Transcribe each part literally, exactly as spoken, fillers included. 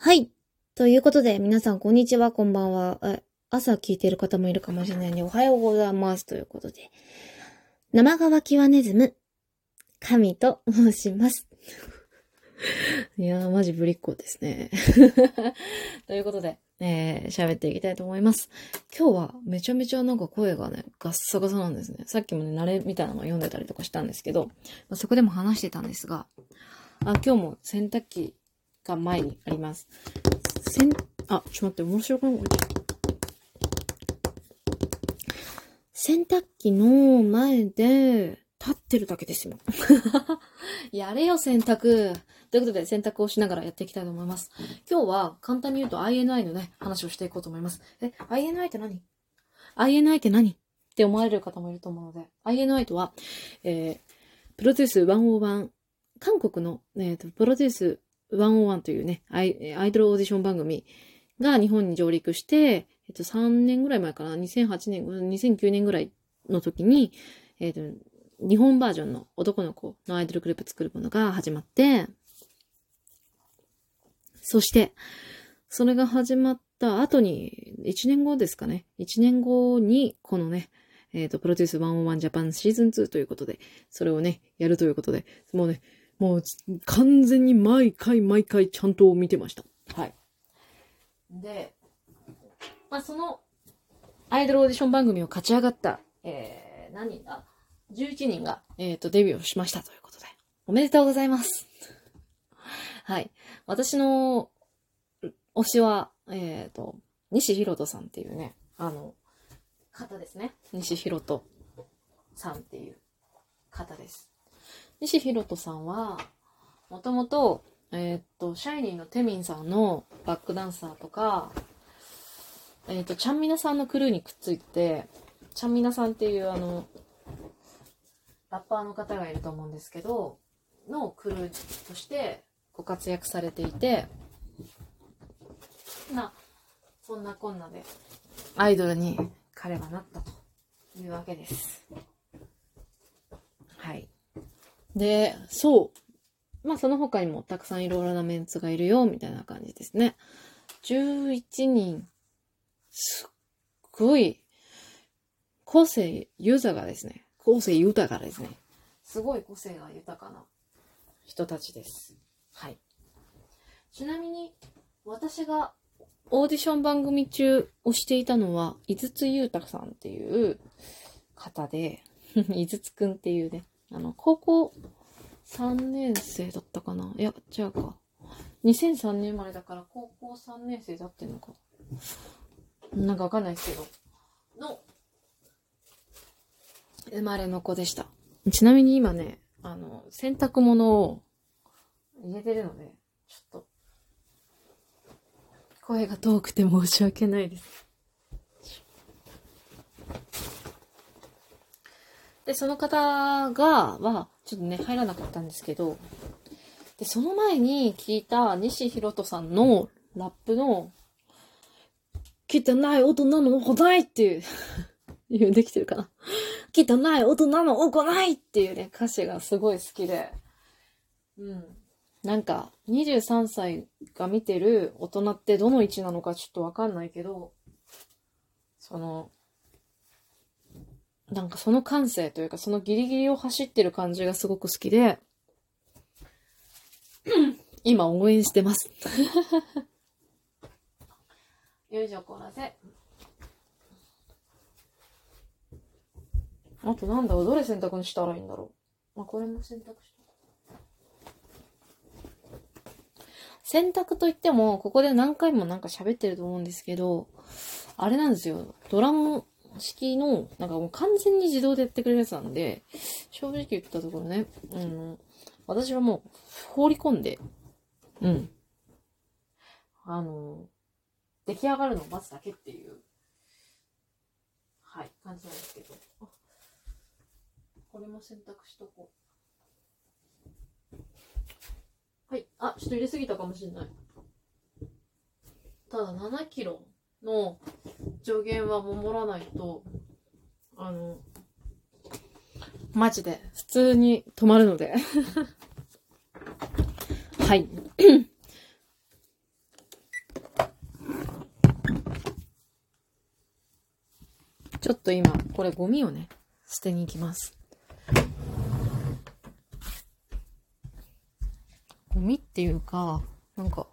はい。ということで、皆さん、こんにちは、こんばんは。え朝聞いている方もいるかもしれないので、おはようございます。ということで、生川キワネズム、神と申します。いやー、マジぶりっ子ですね。ということで、えー、喋っていきたいと思います。今日はめちゃめちゃなんか声がね、ガッサガサなんですね。さっきもね、慣れみたいなのを読んでたりとかしたんですけど、まあ、そこでも話してたんですが、あ、今日も洗濯機が前にあります。せん、あ、ちょっと待って、面白くない？洗濯機の前で立ってるだけですよ。やれよ、洗濯。ということで、洗濯をしながらやっていきたいと思います。今日は簡単に言うと アイエヌアイ のね、話をしていこうと思います。え、アイエヌアイ って何？ アイエヌアイ って何って思われる方もいると思うので、アイエヌアイ とは、えー、プロデュースひゃくいち、韓国の、えーと、プロデュースひゃくいちというね、アイ、アイドルオーディション番組が日本に上陸して、えっと、さんねんぐらい前かな、にせんはちねん、にせんきゅうねんぐらいの時に、えっと、日本バージョンの男の子のアイドルグループ作るものが始まって、そして、それが始まった後に、いちねんごですかね。いちねんごに、このね、えっと、プロデュースひゃくいちジャパンシーズンツーということで、それをね、やるということで、もうね、もう完全に毎回毎回ちゃんと見てました。はい。で、まあ、その、アイドルオーディション番組を勝ち上がった、えー、何人だ ?じゅういち 人が、えっと、デビューをしましたということで。おめでとうございます。はい。私の推しは、えっと、西ひろとさんっていうね、あの、方ですね。西ひろとさんっていう方です。西ひろとさんは、もともと、えっと、シャイニーのテミンさんのバックダンサーとか、えっと、ちゃんみなさんのクルーにくっついて、ちゃんみなさんっていうあの、ラッパーの方がいると思うんですけど、のクルーとしてご活躍されていて、な、そんなこんなでアイドルに彼はなったというわけです。はい。で、そう。まあその他にもたくさんいろいろなメンツがいるよ、みたいな感じですね。じゅういちにん、すっごい、個性豊かですね。個性豊かですね。すごい個性が豊かな人たちです。はい。ちなみに、私がオーディション番組中をしていたのは、井筒裕太さんっていう方で、井筒くんっていうね、あの、高校さんねん生だったかな？いや、違うか。にせんさんねん生まれだから高校さんねん生だってんのか。なんかわかんないですけど、の、生まれの子でした。ちなみに今ね、あの、洗濯物を入れてるので、ちょっと、声が遠くて申し訳ないです。で、その方が、は、ちょっとね、入らなかったんですけど、で、その前に聞いた西ひろとさんのラップの、汚い大人の行いっていう、いうできてるかな。汚い大人の行いっていうね、歌詞がすごい好きで、うん。なんか、にじゅうさんさいが見てる大人ってどの位置なのかちょっとわかんないけど、その、なんかその感性というか、そのギリギリを走ってる感じがすごく好きで、今応援してます。よいしょ、こらせ。あとなんだろう、どれ選択にしたらいいんだろう。まあ、これも選択した。選択といっても、ここで何回もなんか喋ってると思うんですけど、あれなんですよ。ドラム式の、なんかもう完全に自動でやってくれるやつなんで、正直言ったところね、うん、私はもう放り込んで、うん。あの、出来上がるのを待つだけっていう、はい、感じなんですけど。これも選択しとこう。はい。あ、ちょっと入れすぎたかもしれない。ただななキロの上限は守らないと、あの、マジで普通に止まるので。はい。 ょっと今、これゴミをね、捨てに行きます。ゴミっていうか、なんか、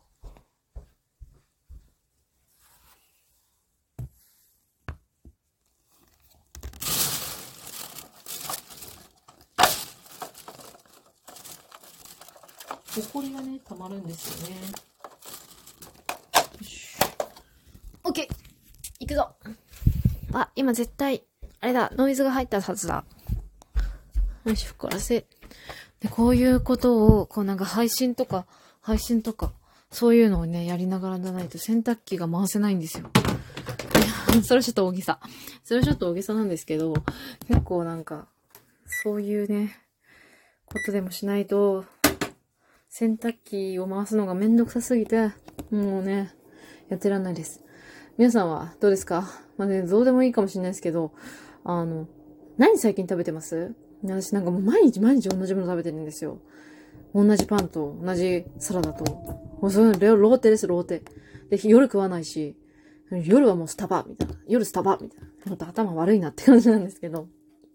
ほこりがね、溜まるんですよね。よし。オッケー！行くぞ！あ、今絶対、あれだ、ノイズが入ったはずだ。よし、膨らせ。で、こういうことを、こうなんか配信とか、配信とか、そういうのをね、やりながらじゃないと洗濯機が回せないんですよ。それはちょっと大げさ。それはちょっと大げさなんですけど、結構なんか、そういうね、ことでもしないと、洗濯機を回すのがめんどくさすぎて、もうね、やってらんないです。皆さんはどうですか？まあね、どうでもいいかもしれないですけど、あの、何最近食べてます？私なんかもう毎日毎日同じもの食べてるんですよ。同じパンと同じサラダと。もうそういうのローテです、ローテ。で、夜食わないし、夜はもうスタバみたいな。夜スタバみたいな。ほんと頭悪いなって感じなんですけど。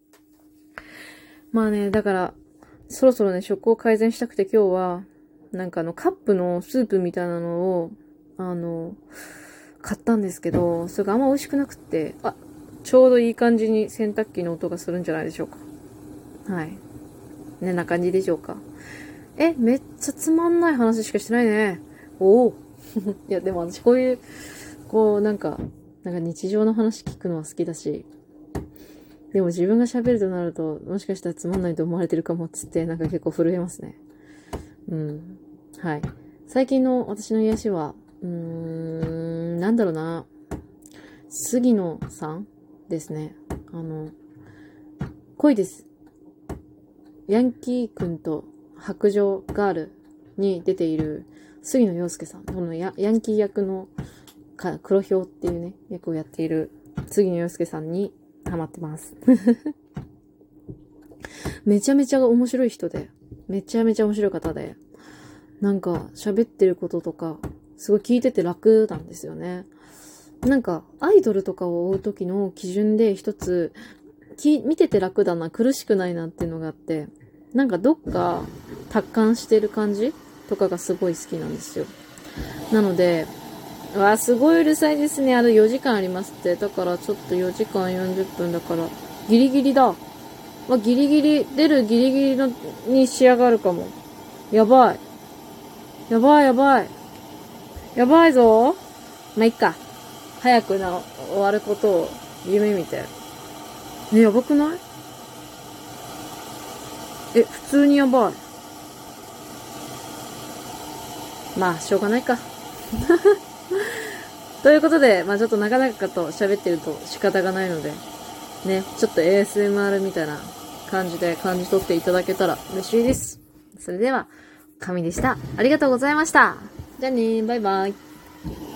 まあね、だから、そろそろね、食を改善したくて今日は、なんかあの、カップのスープみたいなのを、あの、買ったんですけど、それがあんま美味しくなくって、あ、ちょうどいい感じに洗濯機の音がするんじゃないでしょうか。はい。ね、な感じでしょうか。え、めっちゃつまんない話しかしてないね。おお。いや、でも私こういう、こう、なんか、なんか日常の話聞くのは好きだし、でも自分が喋るとなると、もしかしたらつまんないと思われてるかもっつって、なんか結構震えますね。うん。はい。最近の私の癒しは、うーん、なんだろうな。杉野さんですね。あの、恋です。ヤンキー君と白状ガールに出ている杉野遥亮さん。このヤヤンキー役のか黒ひょうっていうね、役をやっている杉野遥亮さんにハマってます。めちゃめちゃ面白い人で、めちゃめちゃ面白い方で、なんか喋ってることとか、すごい聞いてて楽なんですよね。なんかアイドルとかを追う時の基準で一つ、き見てて楽だな、苦しくないなっていうのがあって、なんかどっか達観してる感じとかがすごい好きなんですよ。なので、うわ、すごいうるさいですね。あとよじかんありますって。だからちょっとよじかんよんじゅっぷんだから、ギリギリだ。まあ、ギリギリ、出るギリギリのに仕上がるかも。やばい。やばいやばい。やばいぞ。まあ、いっか。早くな、終わることを夢見て。ね、やばくない？え、普通にやばい。まあ、しょうがないか。ということで、まあちょっとなかなかと喋ってると仕方がないので、ね、ちょっと エーエスエムアール みたいな感じで感じ取っていただけたら嬉しいです。それでは、神でした。ありがとうございました。じゃあねー、バイバイ。